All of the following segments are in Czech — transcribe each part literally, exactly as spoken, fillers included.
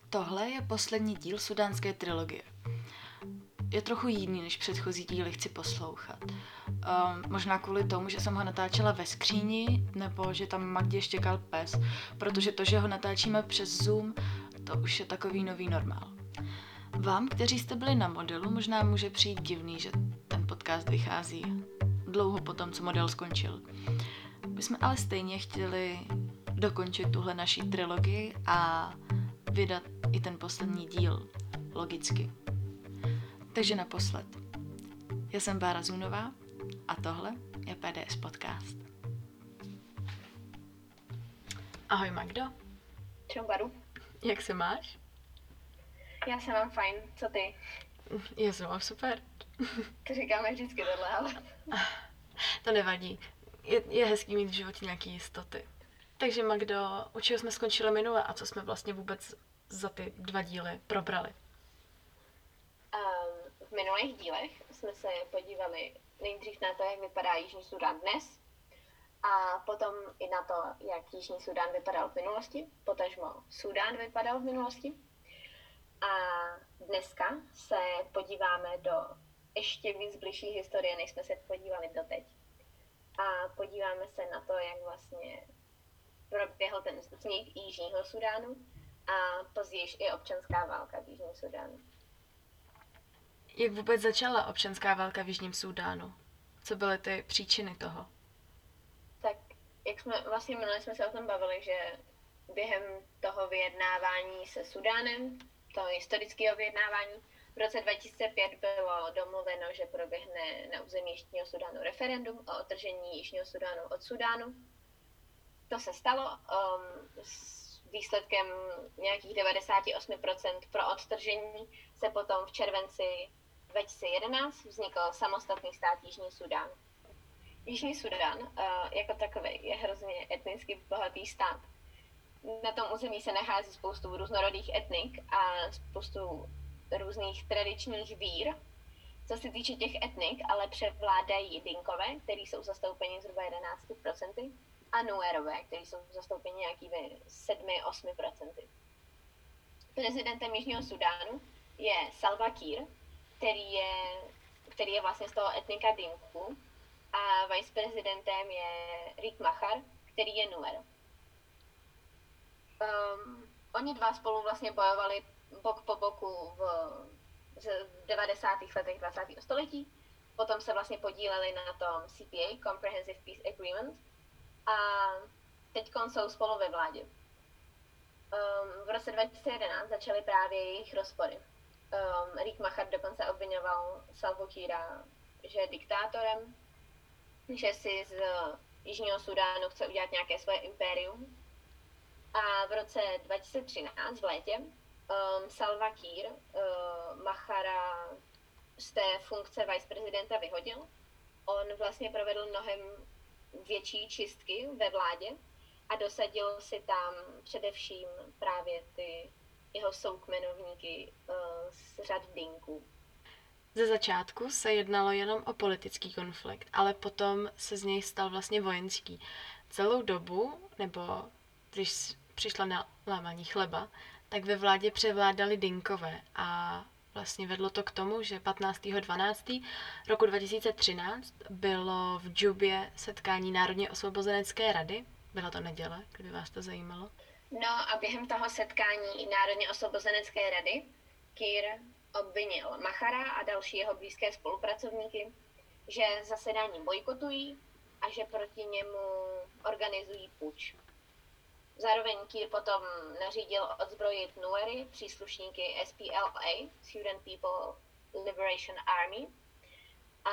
Tohle je poslední díl sudánské trilogie. Je trochu jiný než předchozí díly, chci poslouchat. Um, možná kvůli tomu, že jsem ho natáčela ve skříni, nebo že tam Magdě štěkal pes, protože to, že ho natáčíme přes Zoom, to už je takový nový normál. Vám, kteří jste byli na modelu, možná může přijít divný, že ten podcast vychází dlouho po tom, co model skončil. My jsme ale stejně chtěli dokončit tuhle naší trilogii a vydat i ten poslední díl, logicky. Takže naposled. Já jsem Bára Zunová a tohle je P D S Podcast. Ahoj Magdo. Čau Baru. Jak se máš? Já se mám fajn, co ty? Já se mám super. To říkáme vždycky tohle, ale... To nevadí. Je, je hezký mít v životě nějaký jistoty. Takže Magdo, u čeho jsme skončili minule a co jsme vlastně vůbec za ty dva díly probrali? Um, v minulých dílech jsme se podívali nejdřív na to, jak vypadá Jižní Súdán dnes a potom i na to, jak Jižní Súdán vypadal v minulosti, potažmo Súdán vypadal v minulosti. A dneska se podíváme do ještě víc bližší historie, než jsme se podívali doteď. A podíváme se na to, jak vlastně proběhl ten vznik Jižního Súdánu a později i občanská válka v Jižním Súdánu. Jak vůbec začala občanská válka v Jižním Súdánu? Co byly ty příčiny toho? Tak jak jsme vlastně minule jsme se o tom bavili, že během toho vyjednávání se Súdánem, toho historického vyjednávání, v roce dva tisíce pět bylo domluveno, že proběhne na území Jižního Súdánu referendum o odtržení Jižního Súdánu od Súdánu. To se stalo um, s výsledkem nějakých devadesát osm procent pro odtržení se potom v červenci dva tisíce jedenáct vznikl samostatný stát Jižní Súdán. Jižní Súdán uh, jako takový je hrozně etnicky bohatý stát. Na tom území se nachází spoustu různorodých etnik a spoustu různých tradičních vír. Co se týče těch etnik, ale převládají Dinkové, který jsou zastoupeni zhruba jedenáct procent, a Nuerové, který jsou zastoupeni nějakými sedm až osm procent. Prezidentem Jižního Súdánu je Salva Kiir, který je, který je vlastně z toho etnika Dinku, a viceprezidentem je Riek Machar, který je Nuer. Um, oni dva spolu vlastně bojovali bok po boku v, v devadesátých letech dvacátého století. Potom se vlastně podíleli na tom C P A, Comprehensive Peace Agreement, a teď jsou spolu ve vládě. Um, v roce dva tisíce jedenáct začaly právě jejich rozpory. Um, Riek Machar dokonce obviňoval Salvu Kiira, že je diktátorem, že si z Jižního Súdánu chce udělat nějaké svoje impérium. A v roce dva tisíce třináct v létě um, Salva Kiir uh, Machara z té funkce viceprezidenta vyhodil. On vlastně provedl mnohem větší čistky ve vládě a dosadil si tam především právě ty jeho soukmenovníky uh, z řad Dinků. Ze začátku se jednalo jenom o politický konflikt, ale potom se z něj stal vlastně vojenský. Celou dobu, nebo když přišla na lámání chleba, tak ve vládě převládali Dinkové a vlastně vedlo to k tomu, že patnáctého dvanáctého roku dva tisíce třináct bylo v Džubě setkání Národně osvobozenecké rady. Byla to neděle, kdyby vás to zajímalo. No a během toho setkání Národně osvobozenecké rady Kiir obvinil Machara a další jeho blízké spolupracovníky, že zasedání bojkotují a že proti němu organizují puč. Zároveň Kiir potom nařídil odzbrojit Nuery, příslušníky S P L A, Sudan People Liberation Army. A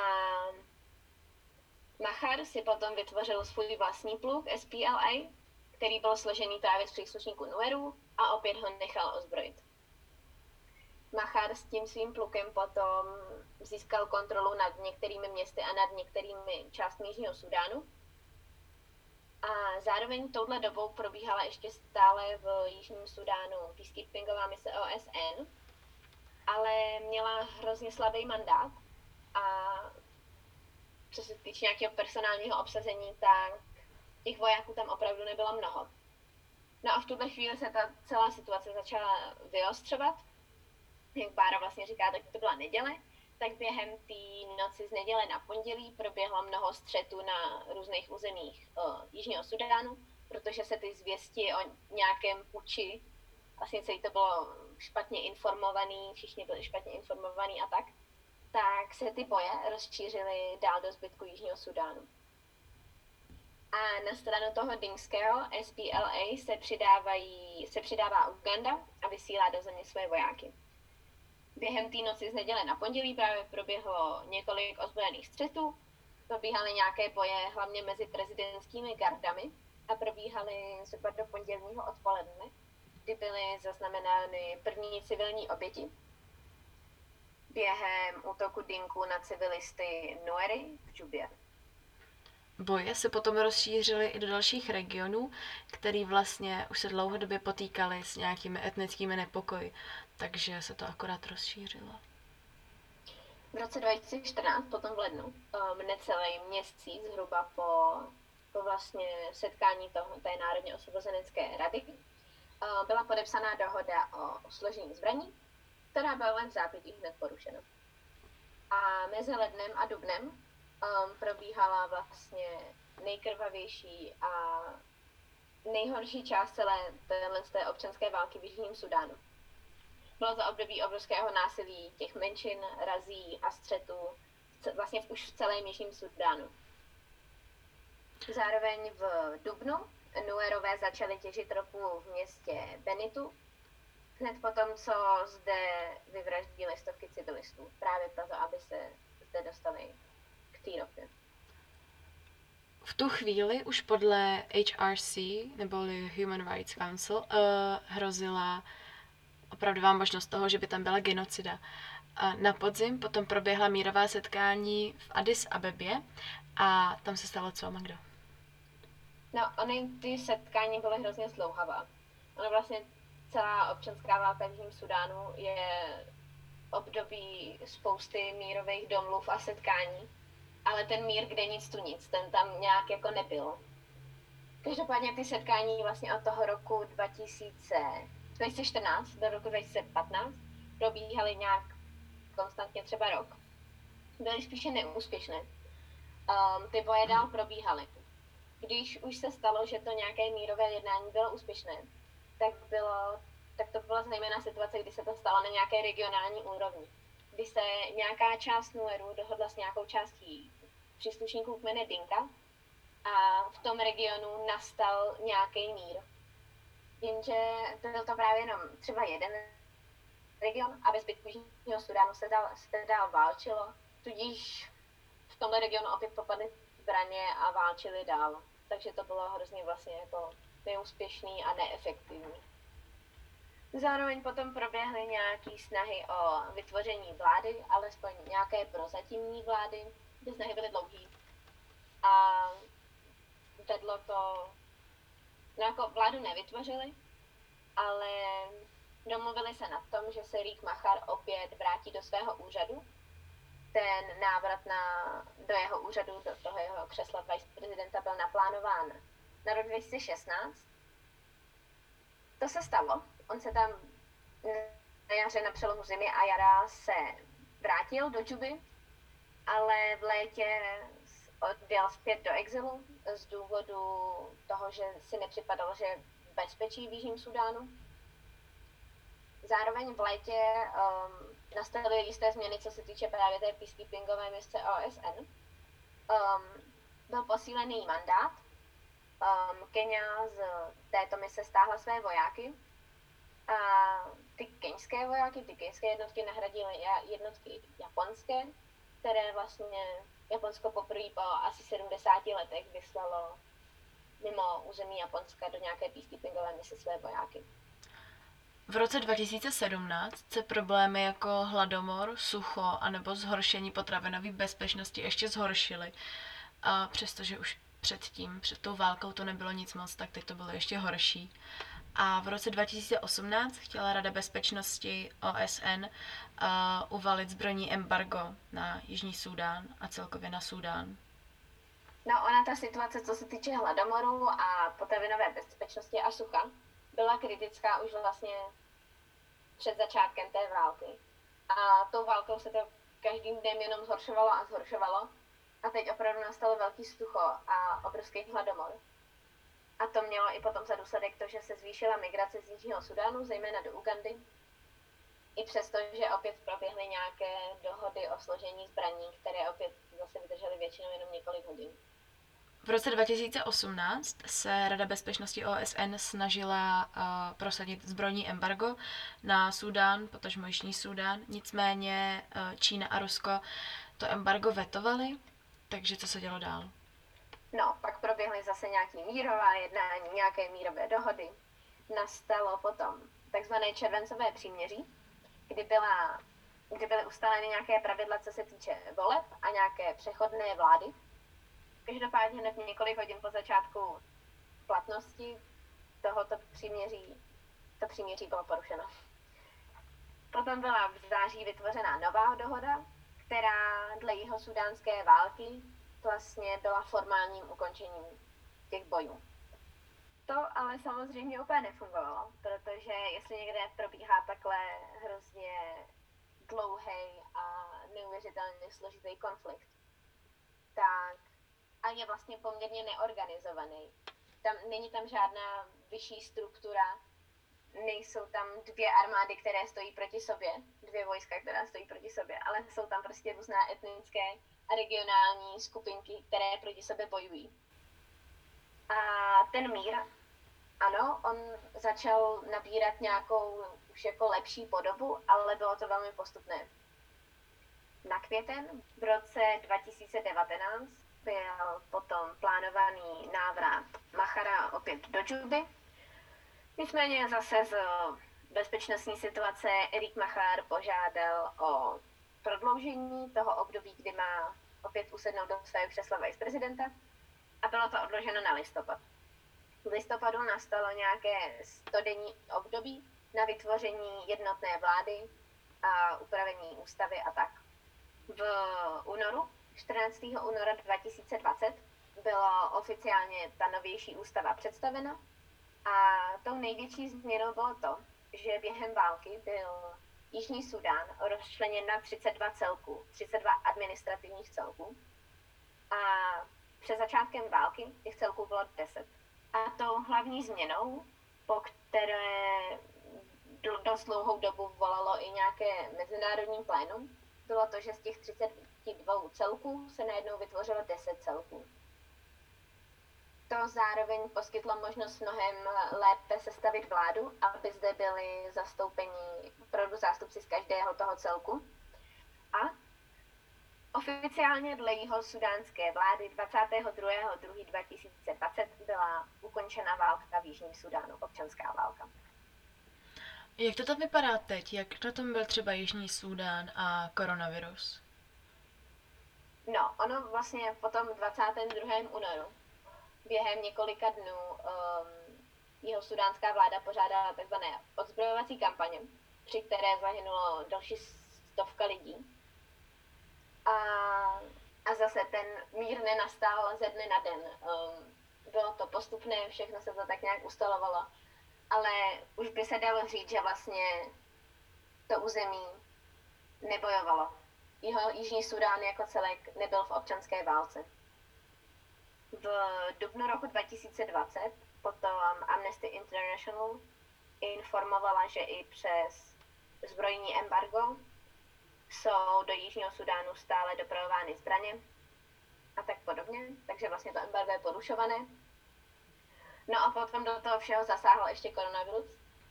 Machar si potom vytvořil svůj vlastní pluk S P L A, který byl složený právě z příslušníků Nuerů, a opět ho nechal ozbrojit. Machar s tím svým plukem potom získal kontrolu nad některými městy a nad některými částmi Jižního Súdánu. A zároveň touhle dobou probíhala ještě stále v Jižním Súdánu peacekeepingová mise O S N, ale měla hrozně slabý mandát a co se týče nějakého personálního obsazení, tak těch vojáků tam opravdu nebylo mnoho. No a v tuhle chvíli se ta celá situace začala vyostřovat. Jak Bára vlastně říká, tak to byla neděle, tak během té noci z neděle na pondělí proběhlo mnoho střetů na různých územích uh, Jižního Sudánu, protože se ty zvěsti o nějakém puči, vlastně celý to bylo špatně informovaný, všichni byli špatně informovaní a tak, tak se ty boje rozšířily dál do zbytku Jižního Sudánu. A na stranu toho dingského S P L A se, přidávají, se přidává Uganda a vysílá do země své vojáky. Během té noci z neděle na pondělí právě proběhlo několik ozbrojených střetů, probíhaly nějaké boje hlavně mezi prezidentskými gardami a probíhaly zhruba do pondělního odpoledne, kdy byly zaznamenány první civilní oběti během útoku Dinků na civilisty Nuery v Džubě. Boje se potom rozšířily i do dalších regionů, který vlastně už se dlouhodobě potýkali s nějakými etnickými nepokoji, takže se to akorát rozšířilo. V roce dva tisíce čtrnáct, potom v lednu, um, necelý měsíc zhruba po, po vlastně setkání toho, té Národně osvobozenecké rady, uh, byla podepsaná dohoda o složení zbraní, která byla len v zápětí hned porušena. A mezi lednem a dubnem um, probíhala vlastně nejkrvavější a nejhorší část celé téhle z té občanské války v Jižním Sudánu. Bylo to období obrovského násilí těch menšin, razí a střetů vlastně už v celém Jižním Sudánu. Zároveň v dubnu Nuerové začaly těžit ropu v městě Benitu, hned potom, co zde vyvraždili stovky civilistů, právě proto, aby se zde dostali k té ropě. V tu chvíli už podle H R C, neboli Human Rights Council, uh, hrozila opravdová možnost toho, že by tam byla genocida. A na podzim potom proběhla mírová setkání v Addis Abebě a tam se stalo co, Magdo? No, ony ty setkání byly hrozně zdlouhavá. Ono vlastně celá občanská válka v Jižním Sudánu je období spousty mírových domluv a setkání, ale ten mír, kde nic tu nic, ten tam nějak jako nebyl. Každopádně ty setkání vlastně od toho roku dva tisíce čtrnáct do roku dva tisíce patnáct probíhaly nějak konstantně třeba rok. Byly spíše neúspěšné. Um, ty boje dál probíhaly. Když už se stalo, že to nějaké mírové jednání bylo úspěšné, tak, bylo, tak to byla zejména situace, kdy se to stalo na nějaké regionální úrovni. Kdy se nějaká část Nuerů dohodla s nějakou částí příslušníků kmene Dinka a v tom regionu nastal nějaký mír. Jenže byl to právě jenom třeba jeden region a ve zbytku Jižního Sudánu se dál, se dál válčilo, tudíž v tomhle regionu opět popadly zbraně a válčili dál. Takže to bylo hrozně vlastně jako neúspěšný a neefektivní. Zároveň potom proběhly nějaké snahy o vytvoření vlády, alespoň nějaké prozatímní vlády. Ty snahy byly dlouhý. A vedlo to, no jako vládu nevytvořili, ale domluvili se na tom, že se Riek Machar opět vrátí do svého úřadu. Ten návrat na, do jeho úřadu, do toho jeho křesla viceprezidenta byl naplánován na rok dva tisíce šestnáct. To se stalo. On se tam na jaře na přelomu zimy a jara se vrátil do Džuby, ale v létě odjel zpět do exilu z důvodu toho, že si nepřipadal, že je bezpečí v Jižním Sudánu. Zároveň v létě um, nastaly jisté změny, co se týče právě té peacekeepingové mise O S N. Um, byl posílený mandát. Um, Kenia z této mise stáhla své vojáky a ty keňské vojáky, ty keňské jednotky nahradily jednotky japonské, které vlastně Japonsko poprvé po asi sedmdesáti letech vyslalo mimo území Japonska do nějaké peacekeepingové mise své vojáky. V roce dva tisíce sedmnáct se problémy jako hladomor, sucho anebo zhoršení potravinové bezpečnosti ještě zhoršily. A přestože už předtím, před tou válkou to nebylo nic moc, tak teď to bylo ještě horší. A v roce dva tisíce osmnáct chtěla Rada bezpečnosti O S N uh, uvalit zbrojní embargo na Jižní Súdán a celkově na Súdán. No ona ta situace, co se týče hladomoru a potravinové bezpečnosti a sucha, byla kritická už vlastně před začátkem té války. A tou válkou se to každým dnem jenom zhoršovalo a zhoršovalo. A teď opravdu nastalo velký sucho a obrovský hladomor. A to mělo i potom za důsledek to, že se zvýšila migrace z Jižního Sudánu, zejména do Ugandy. I přesto, že opět proběhly nějaké dohody o složení zbraní, které opět zase vydržely většinou jenom několik hodin. V roce dva tisíce osmnáct se Rada bezpečnosti O S N snažila uh, prosadit zbrojní embargo na Súdán, potažmo Jižní Súdán, nicméně uh, Čína a Rusko to embargo vetovali, takže co se dělo dál? No, pak proběhly zase nějaký mírová jednání, nějaké mírové dohody. Nastalo potom takzvané červencové příměří, kdy, byla, kdy byly ustaleny nějaké pravidla, co se týče voleb a nějaké přechodné vlády. Každopádně hned několik hodin po začátku platnosti tohoto příměří, to příměří bylo porušeno. Potom byla v září vytvořena nová dohoda, která dle jihosudánské války vlastně byla formálním ukončením těch bojů. To ale samozřejmě úplně nefungovalo, protože jestli někde probíhá takhle hrozně dlouhý a neuvěřitelně složitý konflikt, tak a je vlastně poměrně neorganizovaný. Tam, není tam žádná vyšší struktura, nejsou tam dvě armády, které stojí proti sobě, dvě vojska, která stojí proti sobě, ale jsou tam prostě různé etnické a regionální skupinky, které proti sobě bojují. A ten mír, ano, on začal nabírat nějakou už jako lepší podobu, ale bylo to velmi postupné. Na květen v roce dva tisíce devatenáct byl potom plánovaný návrat Machara opět do Džuby. Nicméně zase z bezpečnostní situace Riek Machar požádal o prodloužení toho období, kdy má opět usednout do svého křesla viceprezidenta a bylo to odloženo na listopad. V listopadu nastalo nějaké stodenní období na vytvoření jednotné vlády a upravení ústavy a tak. V únoru, čtrnáctého února dva tisíce dvacet, byla oficiálně ta novější ústava představena a tou největší změnou bylo to, že během války byl Jižní Súdán rozčleněn na třicet dva celků, třicet dva administrativních celků a před začátkem války těch celků bylo deset. A tou hlavní změnou, po které dost dlouhou dobu volalo i nějaké mezinárodní plénum, bylo to, že z těch třiceti dvou celků se najednou vytvořilo deset celků. To zároveň poskytlo možnost mnohem lépe sestavit vládu, aby zde byli zastoupeni opravdu zástupci z každého toho celku. A oficiálně dle jihosudánské vlády dvacátého druhého druhého dva tisíce dvacet byla ukončena válka v Jižním Sudánu, občanská válka. Jak to tam vypadá teď? Jak na tom byl třeba Jižní Súdán a koronavirus? No, ono vlastně potom dvacátého druhého únoru během několika dnů um, jihosudánská vláda pořádala tzv. Odzbrojovací kampaně, při které zahynulo další stovka lidí. A, a zase ten mír nenastal ze dne na den. Um, bylo to postupné, všechno se to tak nějak ustalovalo. Ale už by se dalo říct, že vlastně to území nebojovalo. Jeho Jižní Súdán jako celek nebyl v občanské válce. V dubnu roku dva tisíce dvacet potom Amnesty International informovala, že i přes zbrojní embargo jsou do Jižního Súdánu stále dopravovány zbraně a tak podobně, takže vlastně to embargo je porušované. No a potom do toho všeho zasáhl ještě koronavirus.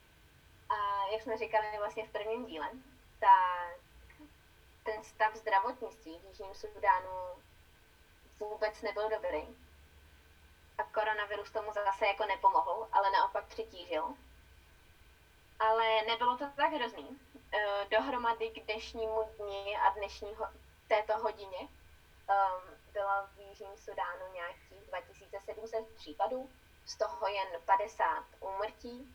A jak jsme říkali vlastně v prvním díle, tak ten stav zdravotnictví v Jižním Súdánu vůbec nebyl dobrý. A koronavirus tomu zase jako nepomohl, ale naopak přitížil. Ale nebylo to tak hrozný. E, dohromady k dnešnímu dni a dnešního této hodině um, bylo v Jižním Súdánu nějakých dva tisíce sedm set případů, z toho jen padesát úmrtí,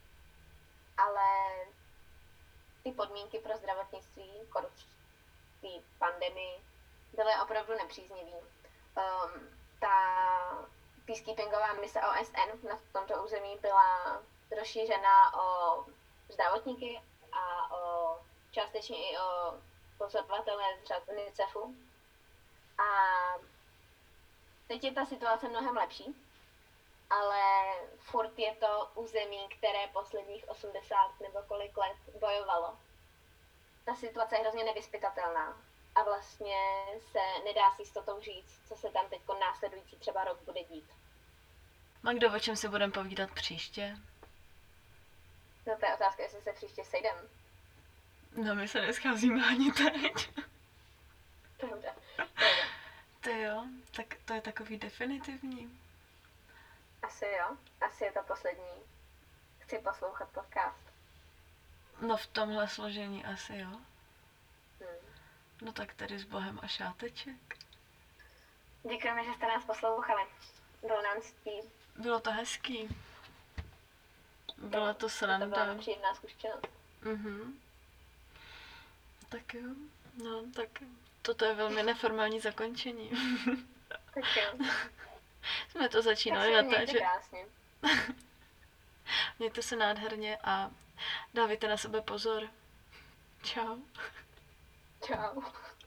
ale ty podmínky pro zdravotnictví té pandemii byly opravdu nepříznivý. Um, ta peacekeepingová mise O S N na tomto území byla rozšířená o zdravotníky a o částečně i o pozorovatele z řad UNICEFu. A teď je ta situace mnohem lepší, ale furt je to území, které posledních osmdesát nebo kolik let bojovalo. Ta situace je hrozně nevyzpytatelná a vlastně se nedá s jistotou říct, co se tam teď následující třeba rok bude dít. Magdo, o čem si budeme povídat příště? No to je otázka, jestli se příště sejdeme. No, my se nescházíme ani teď. Pravda. To jo, tak to je takový definitivní. Asi jo, asi je to poslední. Chci poslouchat podcast. No v tomhle složení asi jo. Hmm. No tak tedy s Bohem a šáteček. Děkujeme, že jste nás poslouchali. Bylo nám ctí. Bylo to hezký. Byla to To sranda. byla příjemná zkušenost. Mhm. Tak jo, no tak toto je velmi neformální zakončení. Tak jo. Jsme to začínali Tak se mějte natáčet. krásně. Mějte se nádherně a dávejte na sebe pozor. Čau. Čau.